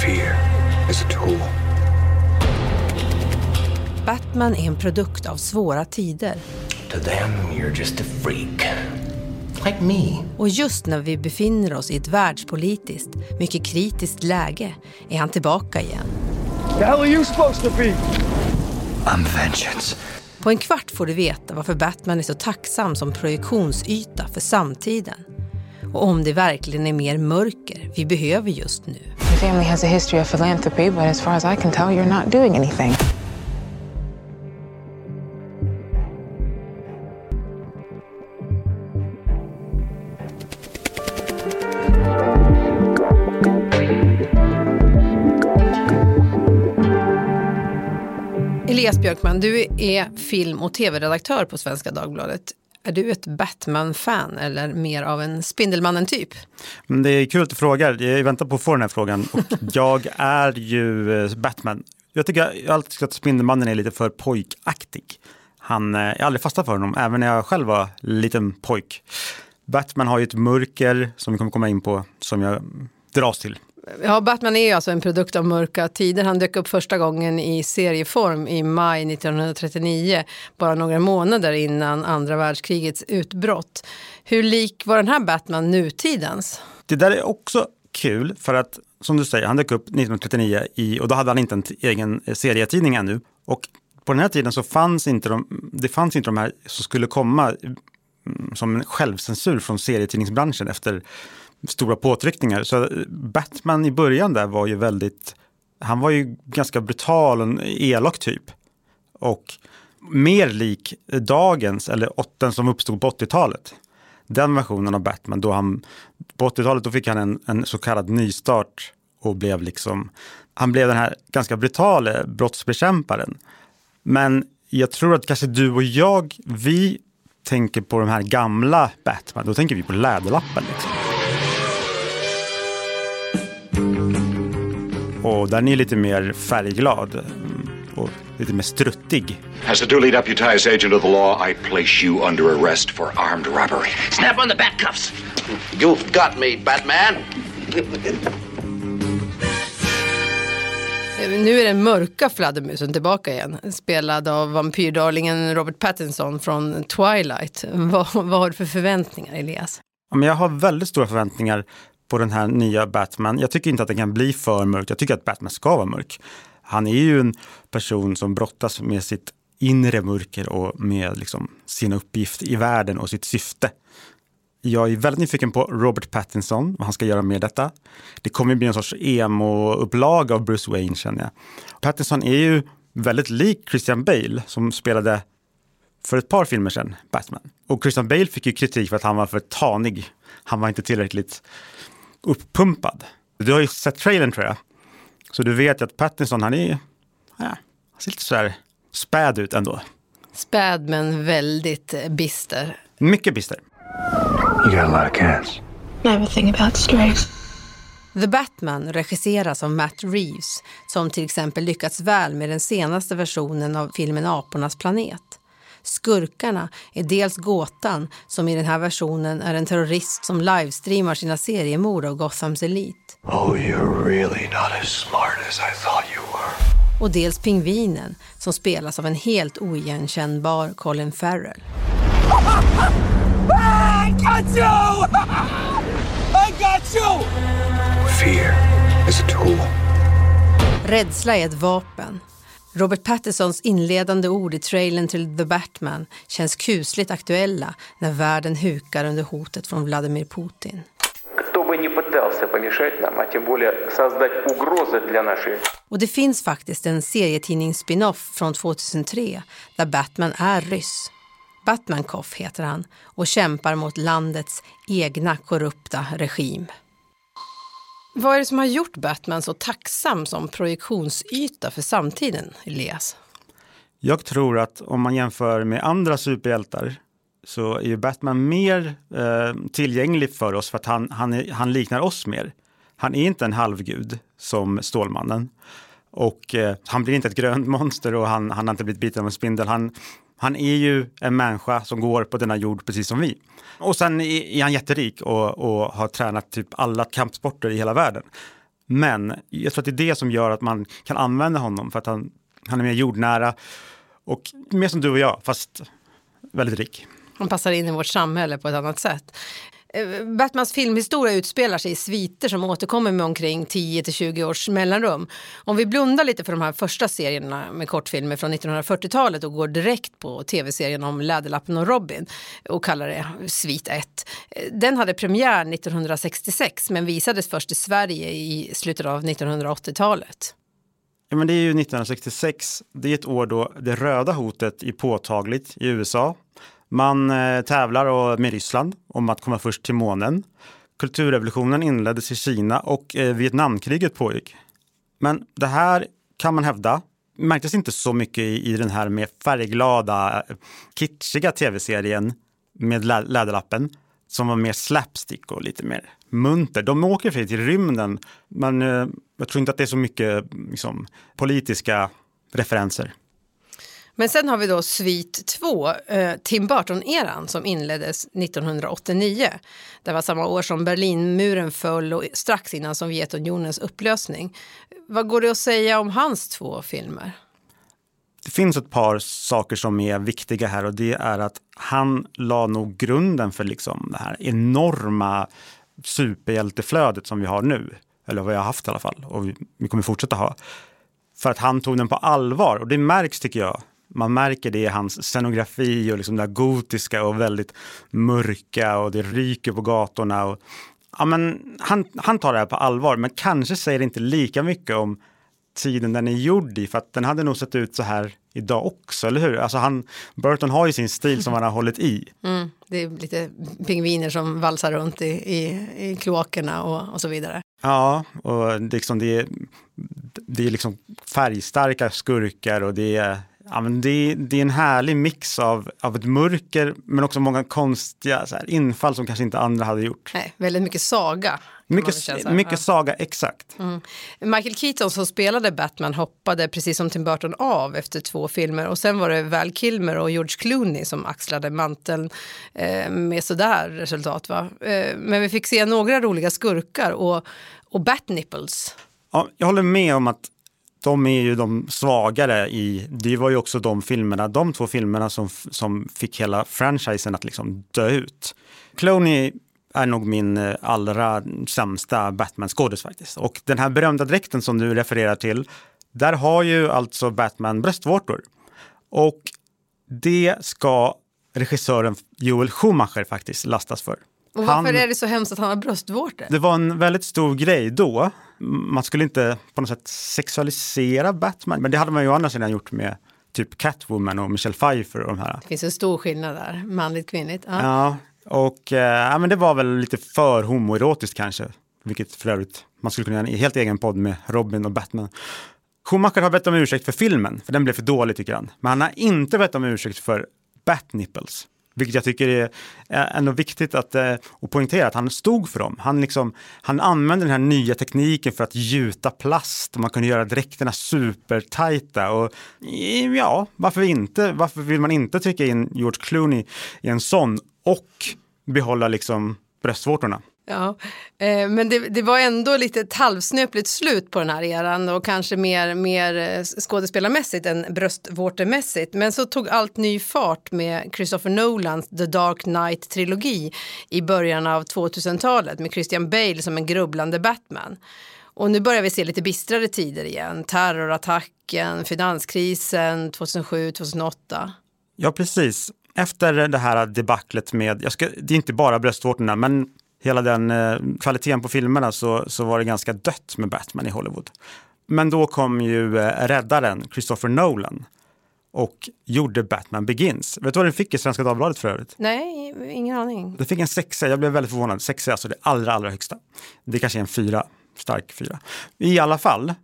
Fear is a tool. Batman är en produkt av svåra tider. To them, you're just a freak. Like me. Och just när vi befinner oss i ett världspolitiskt, mycket kritiskt läge är han tillbaka igen. The hell are you supposed to be? I'm vengeance. På en kvart får du veta varför Batman är så tacksam som projektionsyta för samtiden. Och om det verkligen är mer mörker vi behöver just nu. Your family has a history of philanthropy, but as far as I can tell, you're not doing anything. Elias Björkman, du är film- och tv-redaktör på Svenska Dagbladet. Är du ett Batman-fan eller mer av en Spindelmannen-typ? Men det är kul att du frågar. Jag väntar på att få den här frågan. Och jag är ju Batman. Jag tycker alltid att Spindelmannen är lite för pojkaktig. Jag är aldrig fastnat för honom, även när jag själv var liten pojk. Batman har ju ett mörker som vi kommer komma in på, som jag dras till. Ja, Batman är ju alltså en produkt av mörka tider. Han dök upp första gången i serieform i maj 1939, bara några månader innan andra världskrigets utbrott. Hur lik var den här Batman nutidens? Det där är också kul för att, som du säger, han dök upp 1939 och då hade han inte en egen serietidning ännu. Och på den här tiden så fanns inte de här som skulle komma som en självcensur från serietidningsbranschen efter stora påtryckningar. Så Batman i början där var ju han var ju ganska brutal och elak typ. Och mer lik dagens, eller den som uppstod på 80-talet. Den versionen av Batman, på 80-talet då fick han en så kallad nystart och han blev den här ganska brutala brottsbekämparen. Men jag tror att kanske du och vi tänker på de här gamla Batman, då tänker vi på Läderlappen liksom. Och den är lite mer färgglad och lite mer struttig. As a duly deputized agent of the law, I place you under arrest for armed robbery. Snap on the bat cuffs. You've got me, Batman. Nu är den mörka fladdermusen tillbaka igen, spelad av vampyrdarlingen Robert Pattinson från Twilight. Vad har du för förväntningar, Elias? Men jag har väldigt stora förväntningar på den här nya Batman. Jag tycker inte att den kan bli för mörk. Jag tycker att Batman ska vara mörk. Han är ju en person som brottas med sitt inre mörker och med sin uppgift i världen och sitt syfte. Jag är väldigt nyfiken på Robert Pattinson, vad han ska göra med detta. Det kommer bli en sorts emo-upplaga av Bruce Wayne, känner jag. Pattinson är ju väldigt lik Christian Bale som spelade för ett par filmer sedan Batman. Och Christian Bale fick ju kritik för att han var för tanig. Han var inte tillräckligt uppumpad. Du har ju sett trailern, tror jag. Så du vet att Pattinson, han ser lite så här späd ut ändå. Späd men väldigt bister. Mycket bister. You got a lot of cats. Never think about strays. The Batman regisseras av Matt Reeves, som till exempel lyckats väl med den senaste versionen av filmen Apornas planet. Skurkarna är dels Gåtan, som i den här versionen är en terrorist som livestreamar sina seriemord av Gothams elit. Oh, you're really not as smart as I thought you were. Och dels Pingvinen, som spelas av en helt oigenkännbar Colin Farrell. I got you! I got you! Fear is a tool. Rädsla är ett vapen. Robert Pattinsons inledande ord i trailern till The Batman känns kusligt aktuella när världen hukar under hotet från Vladimir Putin. Och det finns faktiskt en serietidnings-spin-off från 2003 där Batman är ryss. Batman-Koff heter han och kämpar mot landets egna korrupta regim. Vad är det som har gjort Batman så tacksam som projektionsyta för samtiden, Elias? Jag tror att om man jämför med andra superhjältar så är ju Batman mer tillgänglig för oss för att han liknar oss mer. Han är inte en halvgud som Stålmannen. Och han blir inte ett grönt monster och han har inte blivit biten av en spindel. Han är ju en människa som går på denna jord precis som vi. Och sen är han jätterik och har tränat typ alla kampsporter i hela världen. Men jag tror att det är det som gör att man kan använda honom, för att han är mer jordnära och mer som du och jag, fast väldigt rik. Han passar in i vårt samhälle på ett annat sätt. Batmans filmhistoria utspelar sig i sviter som återkommer med omkring 10-20 års mellanrum. Om vi blundar lite för de här första serierna med kortfilmer från 1940-talet och går direkt på tv-serien om Läderlappen och Robin och kallar det Svit 1. Den hade premiär 1966 men visades först i Sverige i slutet av 1980-talet. Ja, men det är ju 1966. Det är ett år då det röda hotet är påtagligt i USA. Man tävlar med Ryssland om att komma först till månen. Kulturrevolutionen inleddes i Kina och Vietnamkriget pågick. Men det här kan man hävda märktes inte så mycket i den här med färgglada, kitschiga tv-serien med Läderlappen som var mer slapstick och lite mer munter. De åker för till rymden, men jag tror inte att det är så mycket liksom, politiska referenser. Men sen har vi då Svit 2, Tim Burton-eran som inleddes 1989. Det var samma år som Berlinmuren föll och strax innan Sovjetunionens upplösning. Vad går det att säga om hans 2 filmer? Det finns ett par saker som är viktiga här, och det är att han la nog grunden för liksom det här enorma superhjälteflödet som vi har nu. Eller vad jag har haft i alla fall, och vi kommer fortsätta ha. För att han tog den på allvar, och det märks tycker jag. Man märker det i hans scenografi och liksom det gotiska och väldigt mörka, och det ryker på gatorna. Och, ja, men han tar det här på allvar, men kanske säger det inte lika mycket om tiden den är gjord i, för att den hade nog sett ut så här idag också, eller hur? Alltså Burton har ju sin stil som han har hållit i. Det är lite pingviner som valsar runt i kloakerna och så vidare. Ja, och liksom det är liksom färgstarka skurkar, och det är en härlig mix av ett mörker, men också många konstiga så här, infall som kanske inte andra hade gjort. Nej, väldigt mycket saga. Mycket saga, exakt. Michael Keaton som spelade Batman hoppade precis som Tim Burton av efter 2 filmer, och sen var det Val Kilmer och George Clooney som axlade manteln med sådär resultat, va? Men vi fick se några roliga skurkar och Batnipples. Ja, jag håller med om att de är ju de svagare det var ju också de 2 filmerna som fick hela franchisen att liksom dö ut. Clooney är nog min allra sämsta Batman-skådis faktiskt. Och den här berömda dräkten som du refererar till, där har ju alltså Batman bröstvårtor. Och det ska regissören Joel Schumacher faktiskt lastas för. Och varför är det så hemskt att han har bröstvårtor? Det var en väldigt stor grej då. Man skulle inte på något sätt sexualisera Batman, men det hade man ju andra sidan gjort med typ Catwoman och Michelle Pfeiffer och de här. Det finns en stor skillnad där, manligt, kvinnligt. Ja, och men det var väl lite för homoerotiskt kanske, vilket för övrigt man skulle kunna göra en helt egen podd med Robin och Batman. Schumacher har bett om ursäkt för filmen, för den blev för dålig tycker han. Men han har inte bett om ursäkt för Batnipples. Vilket jag tycker är ändå viktigt att poängtera att han stod för dem. Han använde den här nya tekniken för att gjuta plast och man kunde göra dräkterna supertajta. Och ja, varför vill man inte trycka in George Clooney i en sån och behålla liksom bröstvårtorna? Ja, men det var ändå lite ett halvsnöpligt slut på den här eran och kanske mer skådespelarmässigt än bröstvårtemässigt. Men så tog allt ny fart med Christopher Nolans The Dark Knight-trilogi i början av 2000-talet med Christian Bale som en grubblande Batman. Och nu börjar vi se lite bistrare tider igen. Terrorattacken, finanskrisen 2007-2008. Ja, precis. Efter det här debaclet med, det är inte bara bröstvårtorna, men hela den kvaliteten på filmerna så var det ganska dött med Batman i Hollywood. Men då kom ju räddaren Christopher Nolan och gjorde Batman Begins. Vet du vad den fick i Svenska Dagbladet för övrigt? Nej, ingen aning. Det fick en 6, jag blev väldigt förvånad. 6 är alltså det allra högsta. Det kanske är en 4, stark 4. I alla fall,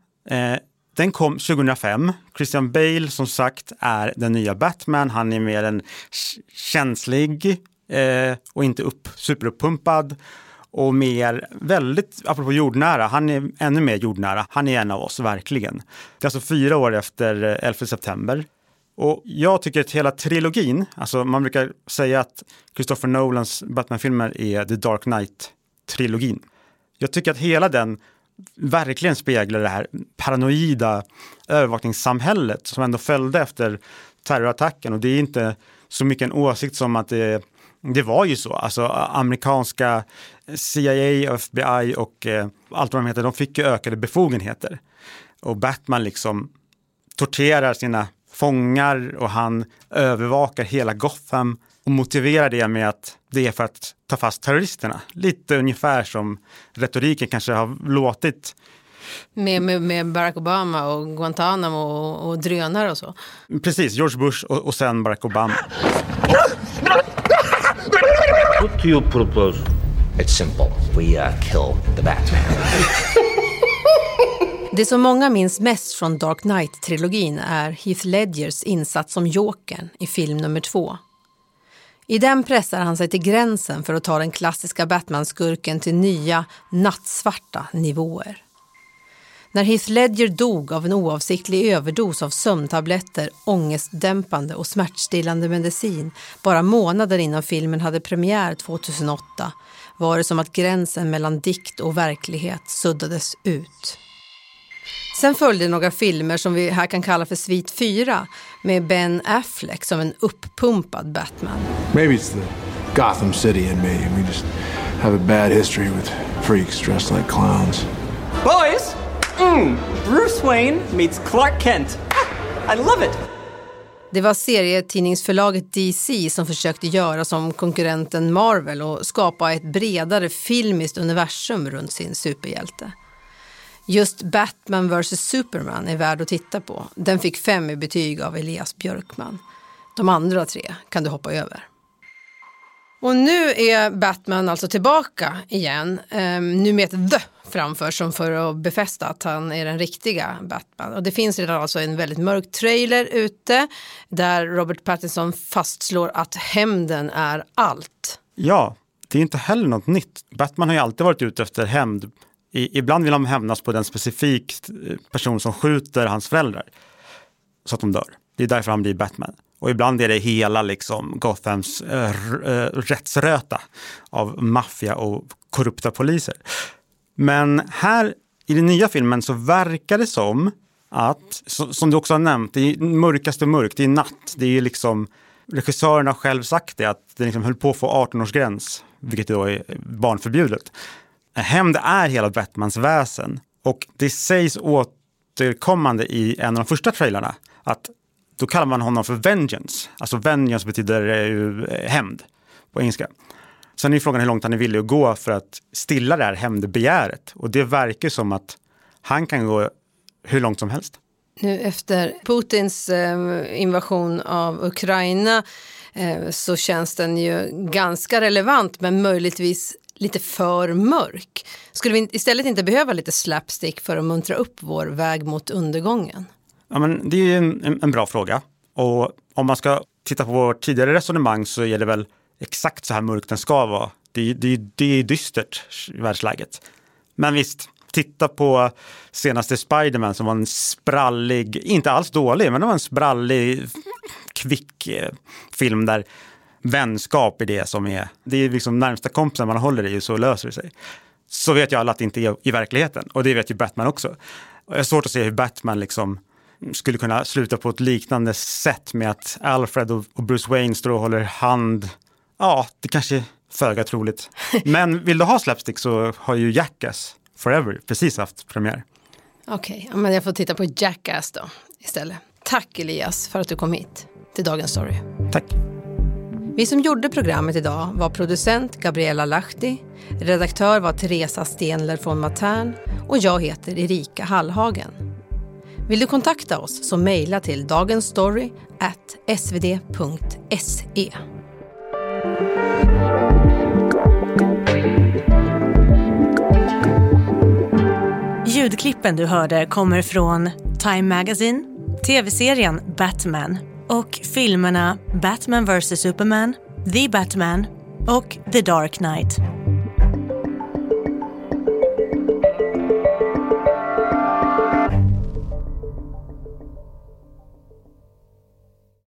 den kom 2005. Christian Bale som sagt är den nya Batman. Han är mer en känslig och inte superuppumpad och mer väldigt, apropå jordnära, han är ännu mer jordnära. Han är en av oss, verkligen. Det är alltså 4 år efter 11 september. Och jag tycker att hela trilogin, alltså man brukar säga att Christopher Nolans Batman-filmer är The Dark Knight-trilogin. Jag tycker att hela den verkligen speglar det här paranoida övervakningssamhället som ändå följde efter terrorattacken. Och det är inte så mycket en åsikt som att det var ju så. Alltså amerikanska CIA, FBI och allt vad de heter, de fick ju ökade befogenheter. Och Batman liksom torterar sina fångar och han övervakar hela Gotham och motiverar det med att det är för att ta fast terroristerna. Lite ungefär som retoriken kanske har låtit. Med Barack Obama och Guantanamo och drönare och så. Precis, George Bush och sen Barack Obama. What do you propose? It's simple. We kill the Batman. Det som många minns mest från Dark Knight-trilogin är Heath Ledgers insats som Jokern i film nummer 2. I den pressar han sig till gränsen för att ta den klassiska Batman-skurken till nya, nattsvarta nivåer. När Heath Ledger dog av en oavsiktlig överdos av sömntabletter, ångestdämpande och smärtstillande medicin bara månader innan filmen hade premiär 2008 var det som att gränsen mellan dikt och verklighet suddades ut. Sen följde några filmer som vi här kan kalla för Svit 4 med Ben Affleck som en uppumpad Batman. Maybe it's the Gotham City in me. We just have a bad history with freaks dressed like clowns. Boys, Bruce Wayne meets Clark Kent. I love it. Det var serietidningsförlaget DC som försökte göra som konkurrenten Marvel och skapa ett bredare filmiskt universum runt sin superhjälte. Just Batman vs. Superman är värd att titta på. Den fick 5 i betyg av Elias Björkman. De andra 3 kan du hoppa över. Och nu är Batman alltså tillbaka igen. Nu med ett The framför som för att befästa att han är den riktiga Batman. Och det finns redan alltså en väldigt mörk trailer ute där Robert Pattinson fastslår att hämnden är allt. Ja, det är inte heller något nytt. Batman har ju alltid varit ute efter hämnd. Ibland vill han hämnas på den specifik person som skjuter hans föräldrar så att de dör. Det är därför han blir Batman. Och ibland är det hela liksom Gothams rättsröta av maffia och korrupta poliser. Men här i den nya filmen så verkar det som att, som du också har nämnt, det är mörkaste mörk, det är natt. Det är liksom, regissören har själv sagt det, att det liksom höll på att få 18-årsgräns, vilket då är barnförbjudet. Hämnd är hela Batmans väsen. Och det sägs återkommande i en av de första trailerna att då kallar man honom för Vengeance. Alltså Vengeance betyder ju hämnd på engelska. Sen är frågan hur långt han är villig att gå för att stilla det här hämndbegäret. Och det verkar som att han kan gå hur långt som helst. Nu efter Putins invasion av Ukraina så känns den ju ganska relevant men möjligtvis lite för mörk. Skulle vi istället inte behöva lite slapstick för att muntra upp vår väg mot undergången? Ja, men det är ju en bra fråga. Och om man ska titta på vårt tidigare resonemang så är det väl exakt så här mörkt den ska vara. Det är dystert i världsläget. Men visst, titta på senaste Spider-Man som var en sprallig, inte alls dålig, men det var en sprallig, kvick film där vänskap är det som är. Det är liksom närmsta kompisen man håller i, så löser det sig. Så vet jag alla att det inte är i verkligheten. Och det vet ju Batman också. Och det är svårt att se hur Batman liksom skulle kunna sluta på ett liknande sätt med att Alfred och Bruce Wayne står och håller hand. Ja, det kanske är föga troligt. Men vill du ha slapstick så har ju Jackass Forever precis haft premiär. Okej, men jag får titta på Jackass då istället. Tack Elias för att du kom hit till Dagens Story. Tack. Vi som gjorde programmet idag var producent Gabriella Lahti, redaktör var Teresa Stenler från Matern och jag heter Erika Hallhagen. Vill du kontakta oss så mejla till dagensstory@svd.se. Ljudklippen du hörde kommer från Time Magazine, tv-serien Batman och filmerna Batman vs. Superman, The Batman och The Dark Knight.